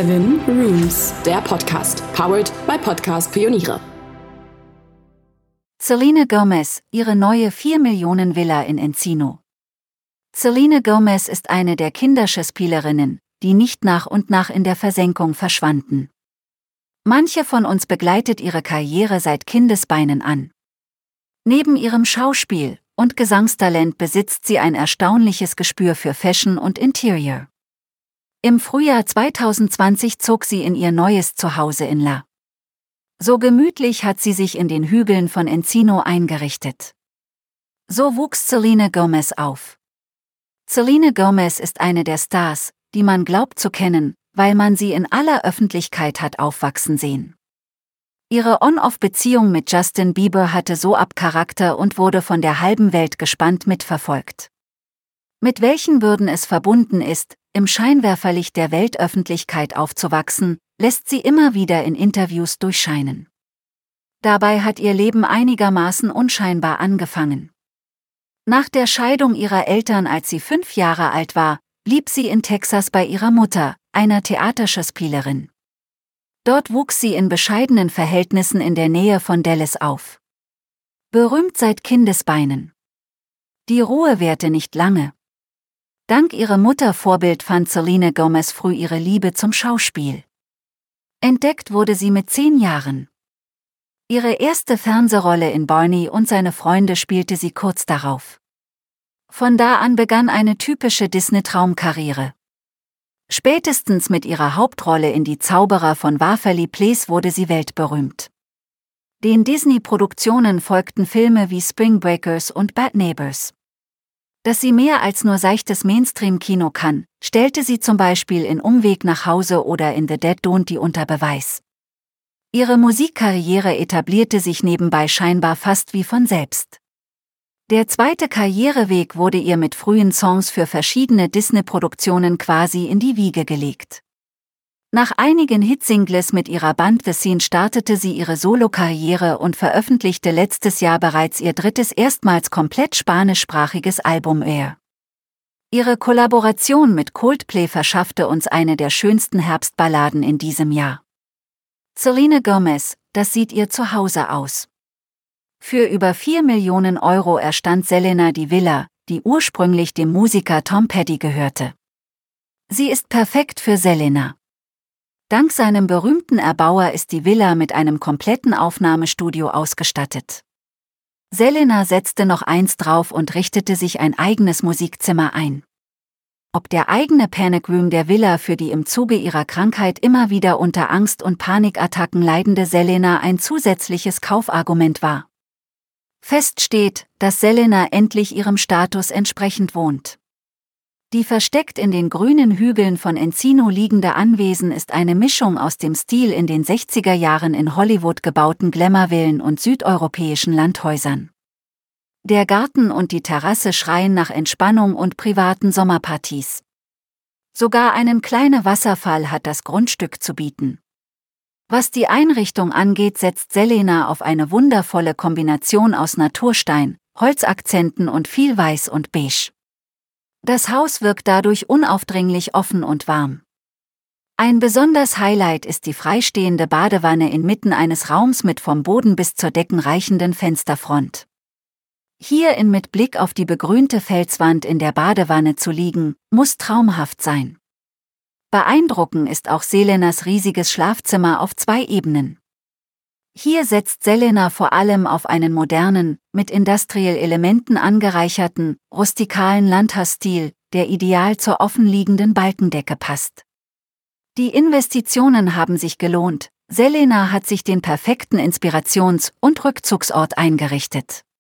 7 Rooms, der Podcast, powered by Podcast Pioniere. Selena Gomez, ihre neue 4-Millionen-Villa in Encino. Selena Gomez ist eine der Kinderschauspielerinnen, die nicht nach und nach in der Versenkung verschwanden. Manche von uns begleitet ihre Karriere seit Kindesbeinen an. Neben ihrem Schauspiel und Gesangstalent besitzt sie ein erstaunliches Gespür für Fashion und Interior. Im Frühjahr 2020 zog sie in ihr neues Zuhause in La. So gemütlich hat sie sich in den Hügeln von Encino eingerichtet. So wuchs Selena Gomez auf. Selena Gomez ist eine der Stars, die man glaubt zu kennen, weil man sie in aller Öffentlichkeit hat aufwachsen sehen. Ihre On-Off-Beziehung mit Justin Bieber hatte so ab Charakter und wurde von der halben Welt gespannt mitverfolgt. Mit welchen Bürden es verbunden ist, im Scheinwerferlicht der Weltöffentlichkeit aufzuwachsen, lässt sie immer wieder in Interviews durchscheinen. Dabei hat ihr Leben einigermaßen unscheinbar angefangen. Nach der Scheidung ihrer Eltern, als sie 5 Jahre alt war, blieb sie in Texas bei ihrer Mutter, einer Theaterschauspielerin. Dort wuchs sie in bescheidenen Verhältnissen in der Nähe von Dallas auf. Berühmt seit Kindesbeinen. Die Ruhe währte nicht lange. Dank ihrer Mutter Vorbild fand Selena Gomez früh ihre Liebe zum Schauspiel. Entdeckt wurde sie mit 10 Jahren. Ihre erste Fernsehrolle in Barney und seine Freunde spielte sie kurz darauf. Von da an begann eine typische Disney-Traumkarriere. Spätestens mit ihrer Hauptrolle in Die Zauberer von Waverly Place wurde sie weltberühmt. Den Disney-Produktionen folgten Filme wie Spring Breakers und Bad Neighbors. Dass sie mehr als nur seichtes Mainstream-Kino kann, stellte sie zum Beispiel in Umweg nach Hause oder in The Dead Don't Die unter Beweis. Ihre Musikkarriere etablierte sich nebenbei scheinbar fast wie von selbst. Der zweite Karriereweg wurde ihr mit frühen Songs für verschiedene Disney-Produktionen quasi in die Wiege gelegt. Nach einigen Hitsingles mit ihrer Band The Scene startete sie ihre Solokarriere und veröffentlichte letztes Jahr bereits ihr drittes erstmals komplett spanischsprachiges Album Air. Ihre Kollaboration mit Coldplay verschaffte uns eine der schönsten Herbstballaden in diesem Jahr. Selena Gomez, das sieht ihr Zuhause aus. Für über 4 Millionen Euro erstand Selena die Villa, die ursprünglich dem Musiker Tom Petty gehörte. Sie ist perfekt für Selena. Dank seinem berühmten Erbauer ist die Villa mit einem kompletten Aufnahmestudio ausgestattet. Selena setzte noch eins drauf und richtete sich ein eigenes Musikzimmer ein. Ob der eigene Panic Room der Villa für die im Zuge ihrer Krankheit immer wieder unter Angst- und Panikattacken leidende Selena ein zusätzliches Kaufargument war. Fest steht, dass Selena endlich ihrem Status entsprechend wohnt. Die versteckt in den grünen Hügeln von Encino liegende Anwesen ist eine Mischung aus dem Stil in den 60er Jahren in Hollywood gebauten Glamour-Villen und südeuropäischen Landhäusern. Der Garten und die Terrasse schreien nach Entspannung und privaten Sommerpartys. Sogar einen kleinen Wasserfall hat das Grundstück zu bieten. Was die Einrichtung angeht, setzt Selena auf eine wundervolle Kombination aus Naturstein, Holzakzenten und viel Weiß und Beige. Das Haus wirkt dadurch unaufdringlich offen und warm. Ein besonderes Highlight ist die freistehende Badewanne inmitten eines Raums mit vom Boden bis zur Decke reichenden Fensterfront. Hierin mit Blick auf die begrünte Felswand in der Badewanne zu liegen, muss traumhaft sein. Beeindruckend ist auch Selenas riesiges Schlafzimmer auf 2 Ebenen. Hier setzt Selena vor allem auf einen modernen, mit Industrial-Elementen angereicherten, rustikalen Landhausstil, der ideal zur offenliegenden Balkendecke passt. Die Investitionen haben sich gelohnt, Selena hat sich den perfekten Inspirations- und Rückzugsort eingerichtet.